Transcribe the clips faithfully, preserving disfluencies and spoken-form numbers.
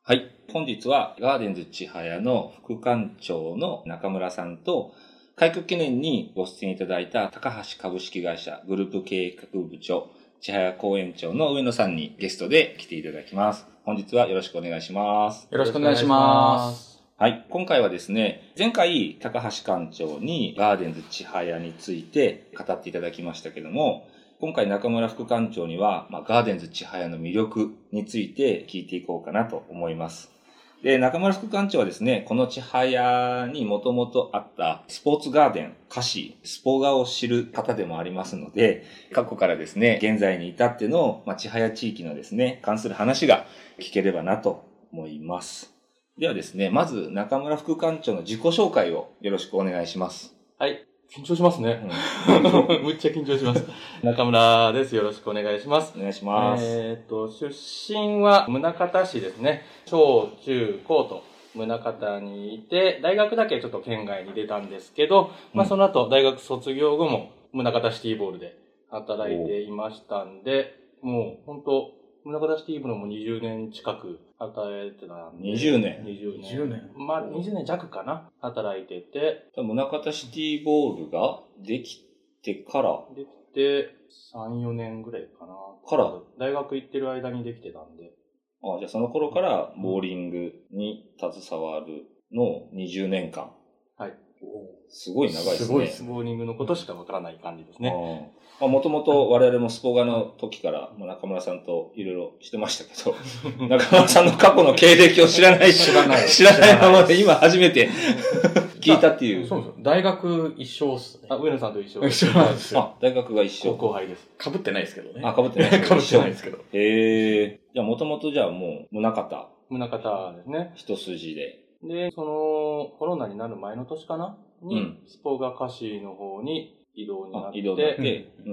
はい。本日はガーデンズ千早の副館長の中村さんと、開局記念にご出演いただいた高橋株式会社グループ経営企画部長、千早公園長の上野さんにゲストで来ていただきます。本日はよろしくお願いします。 よろしくお願いします。 はい。今回はですね、前回高橋館長にガーデンズ千早について語っていただきましたけども、今回中村副館長には、まあ、ガーデンズ千早の魅力について聞いていこうかなと思います。で、中村副館長はですね、この千早にもともとあったスポーツガーデン、菓子、スポガを知る方でもありますので、過去からですね、現在に至っての、まあ、千早地域のですね、関する話が聞ければなと思います。ではですね、まず中村副館長の自己紹介をよろしくお願いします。 はい。緊張しますね。うん、むっちゃ緊張します。中村です。よろしくお願いします。 お願いします。 えっと、出身は宗像市ですね。小中高と宗像にいて、大学だけちょっと県外に出たんですけど、うん、まあその後大学卒業後も宗像シティボールで働いていましたんで、もう本当宗像シティボールもにじゅうねん近く働いてたんで。 にじゅうねん。 にじゅうねん。にじゅうねん。まあ、にじゅうねん弱かな。働いてて。 宗像シティボールができてから。 できてさん、よねんぐらいかな。 から大学行ってる間にできてたんで。 ああ、じゃあその頃からボーリングに携わるのをにじゅうねんかん。 はい。 すごい長いですね。 すごいです。ボーリングのことしかわからない感じですね。 まあ、もともと我々もスポガの時から中村さんといろいろしてましたけど、中村さんの過去の経歴を知らない、 知らない、 知らないままで今初めて聞いたっていう。 そうです。大学一緒っすね。あ、上野さんと一緒。 一緒なんですよ。あ、大学が一緒。 後輩です。 被ってないですけどね。 あ、被ってないですけど。被ってないですけど。 へえ。じゃあもともとじゃあもう、宗像。 宗像ですね。 一筋で。 で、その、コロナになる前の年かなに、うん、スポガ菓子の方に移動になって。 移動になって、うん、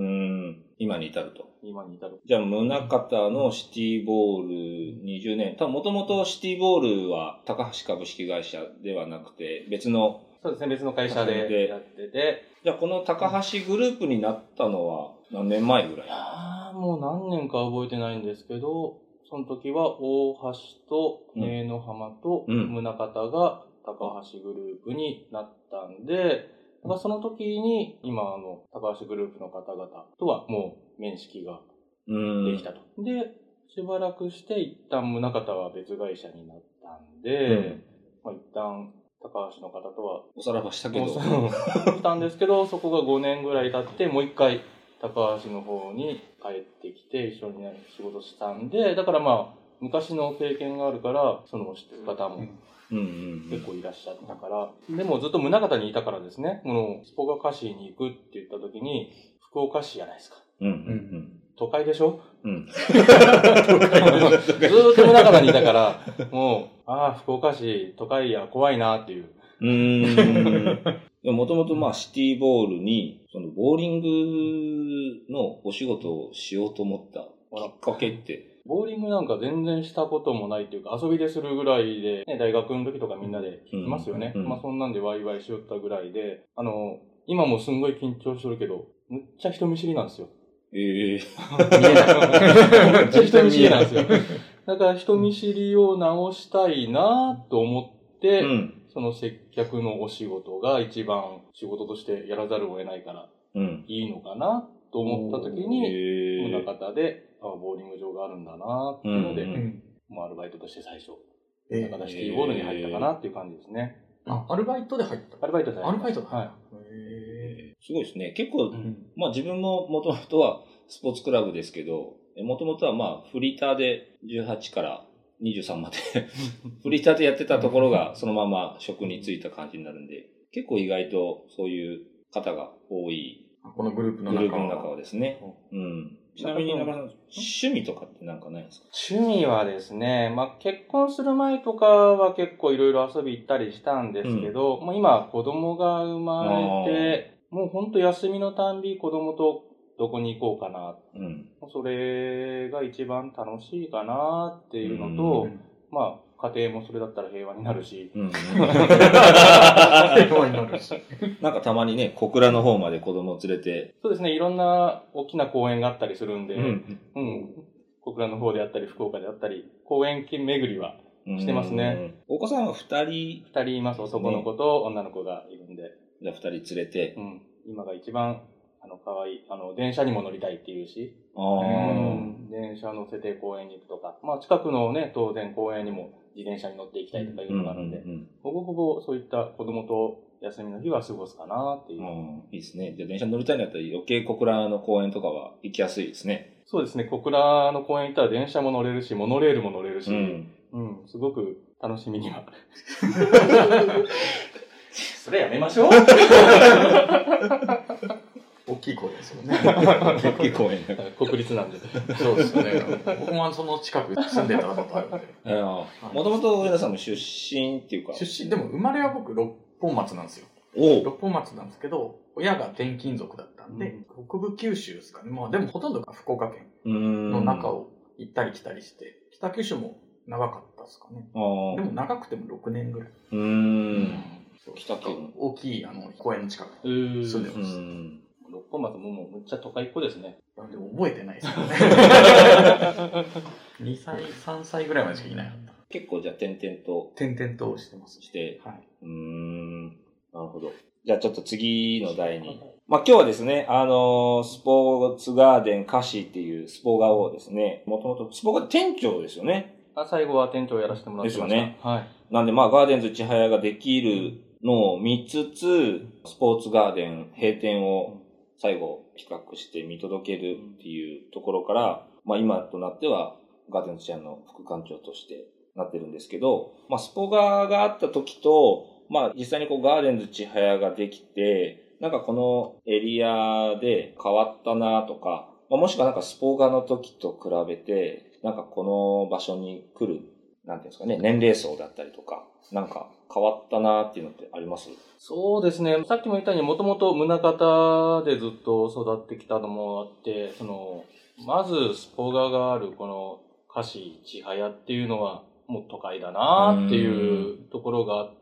ん、今に至ると。 今に至る。 じゃあ、宗像のシティボールにじゅうねん。多分もともとシティボールは高橋株式会社ではなくて、別の。 そうですね、別の会社でやってて。 じゃあ、この高橋グループになったのは何年前ぐらい？ ああ、もう何年か覚えてないんですけど、その時は大橋と根の浜と宗像が高橋グループになったんで、だからその時に今あの高橋グループの方々とはもう面識ができたと。で、しばらくして一旦宗像は別会社になったんで、うん、まあ一旦高橋の方とはおさらばしたけど。 したんですけど、そこがごねんぐらい経ってもう一回高橋の方に帰ってきて一緒に仕事したんで、だからまあ昔の経験があるからその知ってる方も結構いらっしゃったから、でもずっと宗像にいたからですね、このスポガ菓子に行くって言った時に福岡市じゃないですか。 うんうんうん、 都会でしょ？ うん。 ずーっと宗像にいたから、もう、ああ、福岡市、都会や怖いなっていう。 うーん。もともとまあシティボールに、そのボーリングのお仕事をしようと思ったきっかけって。 ボーリングなんか全然したこともないっていうか、遊びでするぐらいで、ね、大学の時とかみんなで行きますよね。うんうん、まあそんなんでワイワイしよったぐらいで、あの、今もすんごい緊張してるけど、むっちゃ人見知りなんですよ。 ええー。見えない。めっちゃ人見知りなんですよ。だから人見知りを直したいなと思って、うん、その接客のお仕事が一番仕事としてやらざるを得ないから、いいのかなと思った時に、宗像で、あボーリング場があるんだなっていうので、うんうん、もうアルバイトとして最初、宗像シティボールに入ったかなっていう感じですね。 あ、アルバイトで入ったアルバイトで入った。 アルバイトではい。 へすごいですね。結構、うん、まあ自分ももともとはスポーツクラブですけど、もともとはまあフリーターでじゅうはちからにじゅうさんまでフリーターでやってたところがそのまま職に就いた感じになるんで、結構意外とそういう方が多い。 このグループの中は。 グループの中はですね。うん。ちなみに、中村さん、趣味とかってなんかないですか？ 趣味はですね、まあ結婚する前とかは結構いろいろ遊び行ったりしたんですけど、うん、もう今子供が生まれて、もうほんと休みのたんび子供とどこに行こうかな。うん、それが一番楽しいかなっていうのと、うん、まあ家庭もそれだったら平和になるし。うん、平和になるし。 なんかたまにね、小倉の方まで子供を連れて。 そうですね、いろんな大きな公園があったりするんで、うん。うん、小倉の方であったり、福岡であったり、公園巡りはしてますね。 お子さんは二人？ 二人います。男の子と女の子がいるんで。 じゃあ二人連れて。 うん。今が一番、あの、可愛い。あの、電車にも乗りたいっていうし。 ああ、 うん。電車乗せて公園に行くとか。まあ、近くのね、当然公園にも自転車に乗っていきたいとかいうのがあるんで、ほぼほぼそういった子供と休みの日は過ごすかなっていう。 うん。いいですね。じゃあ電車乗りたいんだったら余計小倉の公園とかは行きやすいですね。 そうですね。小倉の公園行ったら電車も乗れるし、モノレールも乗れるし、うん、うん、すごく楽しみには。それやめましょう。 大きい公園ですよね。 大きい公園。 国立なんで。 そうですね。僕もその近く住んでたことあるんで。 もともと上田さんも出身っていうか。 出身、でも生まれは僕六本松なんですよ。六本松なんですけど、親が転勤族だったんで、うん、北部九州ですかね。まあでもほとんどが福岡県の中を行ったり来たりして、北九州も長かったですかね。でも長くてもろくねんぐらい。 うーん。北県。大きいあの公園の近くに住んでます。 六本松ももうめっちゃ都会っ子ですね。 でも覚えてないですよね。にさい、さんさいぐらいまでしかいなかった。 結構じゃあ点々と。 点々としてます。 して。 はい。 うーん。なるほど。じゃあちょっと次の題に。まあ今日はですね、あのー、スポーツガーデンカシっていうスポガをですね、もともとスポガで店長ですよね。 あ、最後は店長やらせてもらってました。 ですよね。 はい。 なんでまあガーデンズ千早ができるのを見つつ、スポーツガーデン閉店を最後企画して見届けるっていうところから、まあ今となってはガーデンズ千早の副館長としてなってるんですけど、まあスポガがあった時と、まあ実際にこうガーデンズ千早ができて、なんかこのエリアで変わったなとか、まあ、もしくはなんかスポガの時と比べて、なんかこの場所に来る、なんていうんですかね、年齢層だったりとか、なんか変わったなっていうのってあります？ そうですね。さっきも言ったようにもともと宗像でずっと育ってきたのもあって、その、まずスポガがあるこのカシ千早っていうのはもう都会だなっていうところがあって、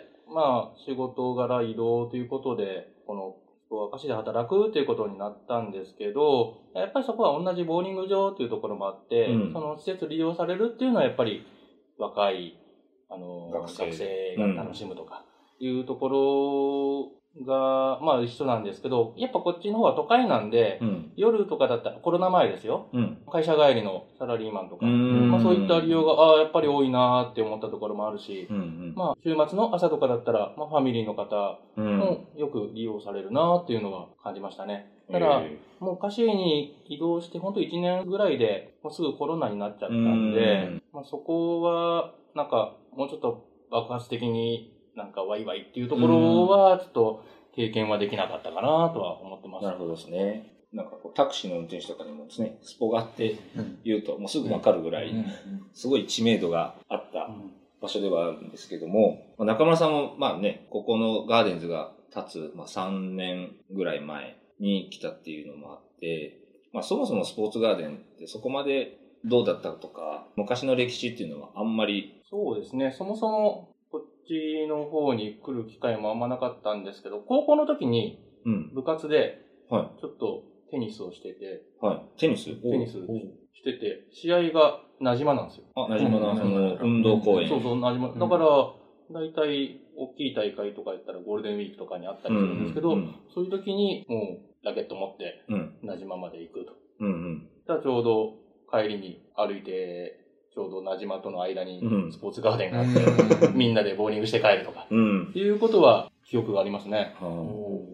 まあ仕事柄移動ということで、このスポガカシで働くということになったんですけど、やっぱりそこは同じボーリング場というところもあって、うん、その施設利用されるっていうのはやっぱり若いあの学生、学生が楽しむとかいうところが、まあ一緒なんですけど、やっぱこっちの方は都会なんで、うん、夜とかだったらコロナ前ですよ、うん、会社帰りのサラリーマンとか、まあそういった利用が、ああ、やっぱり多いなーって思ったところもあるし、うんうん、まあ週末の朝とかだったら、まあファミリーの方もよく利用されるなーっていうのは感じましたね。ただ、もうカシに移動して本当いちねんぐらいで、もうすぐコロナになっちゃったんで、まあそこは、なんか、もうちょっと爆発的になんかワイワイっていうところは、ちょっと経験はできなかったかなとは思ってます。 なるほどですね。なんかこうタクシーの運転手とかにもですね、スポガって言うともうすぐわかるぐらい、すごい知名度があった場所ではあるんですけども、中村さんもまあね、ここのガーデンズが立つ、まあ、さんねんぐらい前に来たっていうのもあって、まあそもそもスポーツガーデンってそこまでどうだったとか、昔の歴史っていうのはあんまり。 そうですね。そもそもこっちの方に来る機会もあんまなかったんですけど、高校の時に部活でちょっとテニスをしてて、 うん、はい。テニス？ テニスしてて、試合が名島なんですよ。 あ、名島のその運動公園。 そうそう、名島。だから、だいたい大きい大会とかやったらゴールデンウィークとかにあったりするんですけど、うんうんうん、そういう時にもうラケット持って名島まで行くと。うんうん、だからちょうど帰りに歩いて、ちょうど名島との間にスポーツガーデンがあって、うん、みんなでボーリングして帰るとか、うん、いうことは記憶がありますね。 うん、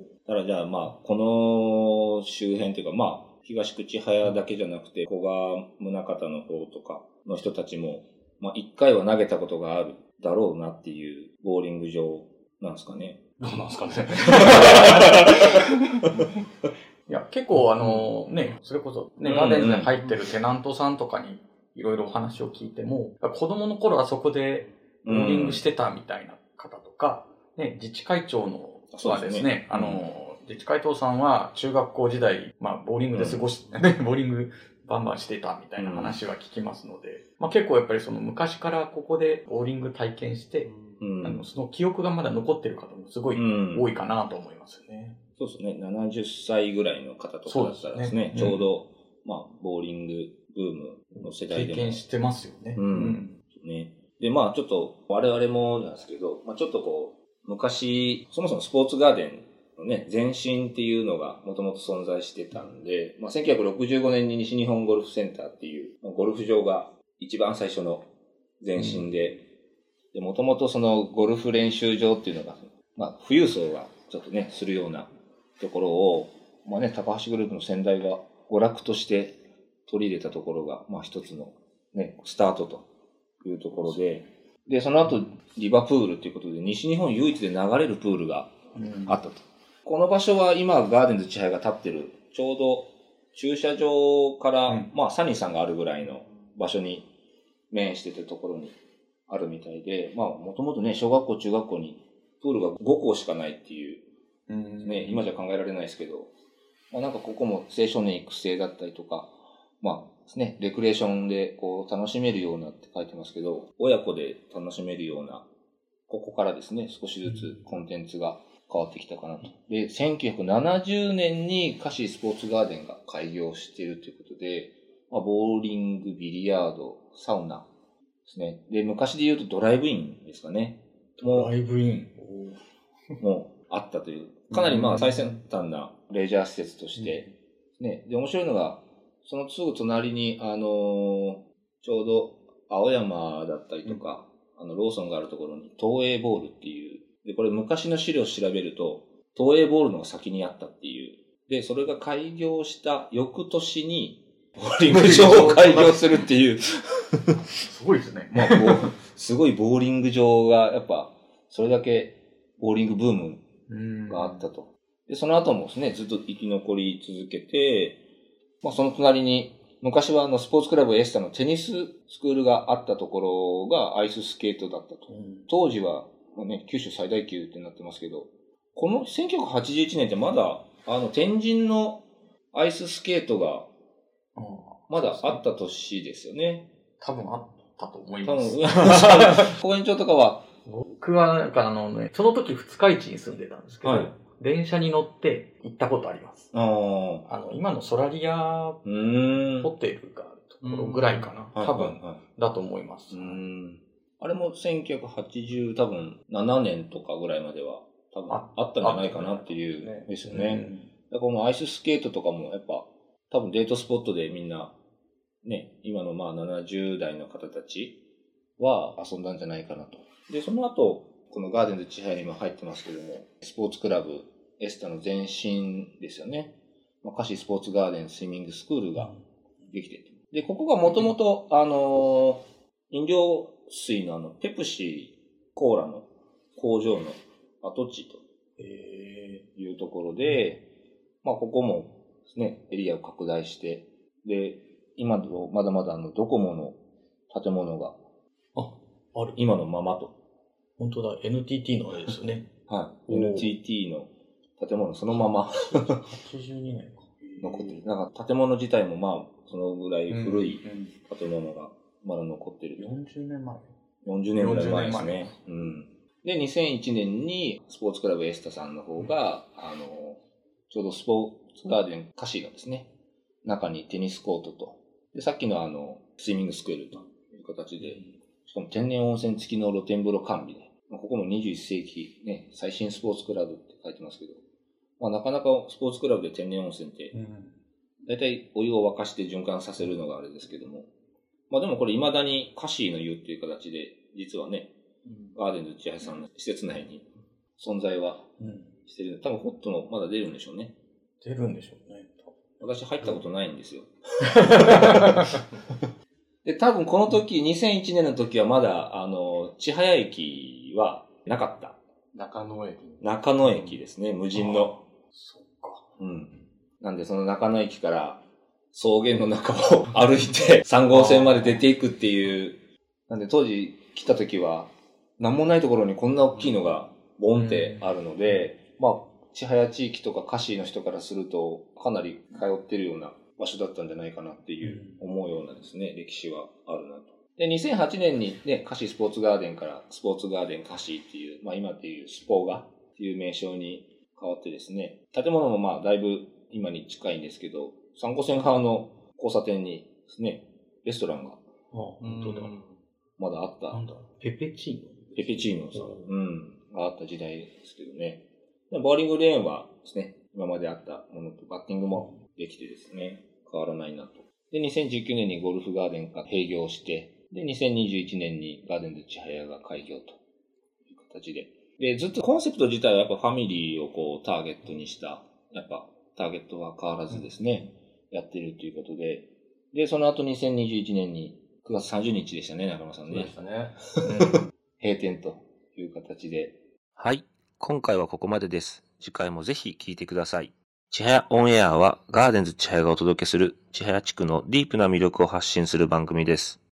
だからじゃあまあ、この周辺というか、まあ、東口早だけじゃなくて、古賀宗像の方とかの人たちも、まあ一回は投げたことがあるだろうなっていうボーリング場なんですかね。 どうなんですかね。 いや、結構あのね、それこそね、ガーデンズに入ってるテナントさんとかにいろいろお話を聞いても、子供の頃はそこでボーリングしてたみたいな方とか、ね、自治会長のはですね、あの、自治会長さんは中学校時代、まあ、ボーリングで過ごし、うん、ボーリングバンバンしてたみたいな話は聞きますので、うん、まあ結構やっぱりその昔からここでボーリング体験して、うん、あのその記憶がまだ残ってる方もすごい多いかなと思いますよね。 うん、そうですね。ななじゅっさいぐらいの方とかだったらですね、ちょうど、まあ、ボーリングブームの世代でも。 経験してますよね。 うん。うん、ね。 で、まあちょっと我々もなんですけど、まあちょっとこう、昔、そもそもスポーツガーデンのね、前身っていうのがもともと存在してたんで、まあせんきゅうひゃくろくじゅうごねんに西日本ゴルフセンターっていう、ゴルフ場が一番最初の前身で、で、もともとそのゴルフ練習場っていうのが、まあ富裕層がちょっとね、するようなところを、まあね、高橋グループの先代が娯楽として取り入れたところが、まあ一つのね、スタートというところで、で、その後、リバプールということで、西日本唯一で流れるプールがあったと。うん、この場所は今、ガーデンズ千早が立ってる、ちょうど駐車場から、うん、まあ、サニーさんがあるぐらいの場所に面してたところにあるみたいで、まあ、もともとね、小学校、中学校にプールがごこうしかないっていう、うん、ね、今じゃ考えられないですけど、まあ、なんかここも青少年育成だったりとか、まあですね、レクレーションでこう楽しめるようなって書いてますけど、親子で楽しめるような、ここからですね、少しずつコンテンツが変わってきたかなと。で、せんきゅうひゃくななじゅうねんにカシースポーツガーデンが開業しているということで、まあ、ボーリング、ビリヤード、サウナですね。で、昔で言うとドライブインですかね。 ドライブインもうあったという、かなりまあ最先端なレジャー施設として、ね。で、面白いのが、そのすぐ隣に、あのー、ちょうど青山だったりとか、うん、あの、ローソンがあるところに東映ボールっていう、で、これ昔の資料を調べると、東映ボールのが先にあったっていう。で、それが開業した翌年に、ボーリング場を開業するっていう。 すごいですね。 まあ、すごいボーリング場が、やっぱ、それだけボーリングブームがあったと。で、その後もですね、ずっと生き残り続けて、まあ、その隣に、昔はあの、スポーツクラブエスタのテニススクールがあったところがアイススケートだったと。うん、当時は、まあね、九州最大級ってなってますけど、このせんきゅうひゃくはちじゅういちねんってまだ、あの、天神のアイススケートが、まだあった年ですよね。 多分あったと思います。 多分、公園長とかは。 僕はなんかあのね、その時二日市に住んでたんですけど、はい、電車に乗って行ったことあります。あの、今のソラリアホテルがあるところぐらいかな。多分、はいはいはい、だと思います。 うんあれもせんきゅうひゃくはちじゅう多分ななねんとかぐらいまでは多分あったんじゃないかなっていう、ですよね。うん、だからこのアイススケートとかもやっぱ多分デートスポットでみんなね、今のまあななじゅう代の方たちは遊んだんじゃないかなと。で、その後、このガーデンズ千早にも入ってますけども、スポーツクラブエスタの前身ですよね。まあ、カシスポーツガーデンスイミングスクールができてて。で、ここがもともと、あのー、飲料水のあの、ペプシー、コーラの工場の跡地というところで、まあ、ここもですね、エリアを拡大して、で、今のまだまだあの、ドコモの建物が、 あ、ある。 今のままと。 本当だ、エヌティーティー のあれですよね。 はい。エヌティーティー の建物そのまま。はちじゅうにねんか。 残ってる。なんか建物自体もまあ、そのぐらい古い建物がまだ残ってる。 よんじゅうねんまえ。 よんじゅうねんぐらい前ですね。うん。で、にせんいちねんにスポーツクラブエスタさんの方が、うん、あの、ちょうどスポーツガーデンカシーがですね、中にテニスコートと、で、さっきのあの、スイミングスクールという形で、しかも天然温泉付きの露天風呂完備で、ここもにじゅういっせいきね、最新スポーツクラブって書いてますけど、まあなかなかスポーツクラブで天然温泉って、だいたいお湯を沸かして循環させるのがあれですけども、まあでもこれ未だにカシーの湯っていう形で、実はね、ガーデンズ千早さんの施設内に存在はしてる。多分ホットもまだ出るんでしょうね。 出るんでしょうね。 私入ったことないんですよ。で、多分この時、にせんいちねんの時はまだ、あの、千早駅はなかった。 中野駅。 中野駅ですね、無人の。 そっか。 うん。なんでその中野駅から草原の中を歩いてさん号線まで出ていくっていう。なんで当時来た時は、なんもないところにこんな大きいのがボンってあるので、うん、まあ、千早地域とかカシーの人からすると、かなり通ってるような場所だったんじゃないかなっていう思うようなですね、歴史はあるなと。で、にせんはちねんにね、カシースポーツガーデンからスポーツガーデンカシーっていう、まあ今っていうスポーガっていう名称に変わってですね、建物もまあだいぶ今に近いんですけど、さん号線側の交差点にですね、レストランが。あ、 本当だ。 まだあった。 なんだペペチーノペペチーノさん。うん。があった時代ですけどね。ボーリングレーンはですね、今まであったものとバッティングもできてですね、変わらないなと。で、にせんじゅうきゅうねんにゴルフガーデンが閉業して、で、にせんにじゅういちねんにガーデンズ千早が開業という形で。で、ずっとコンセプト自体はやっぱファミリーをこうターゲットにした、やっぱターゲットは変わらずですね、うん、やってるということで、で、その後にせんにじゅういちねんにくがつさんじゅうにちでしたね、中村さんね。 そうでしたね。 うん、閉店という形で。はい。今回はここまでです。次回もぜひ聞いてください。千早オンエアはガーデンズ千早がお届けする千早地区のディープな魅力を発信する番組です。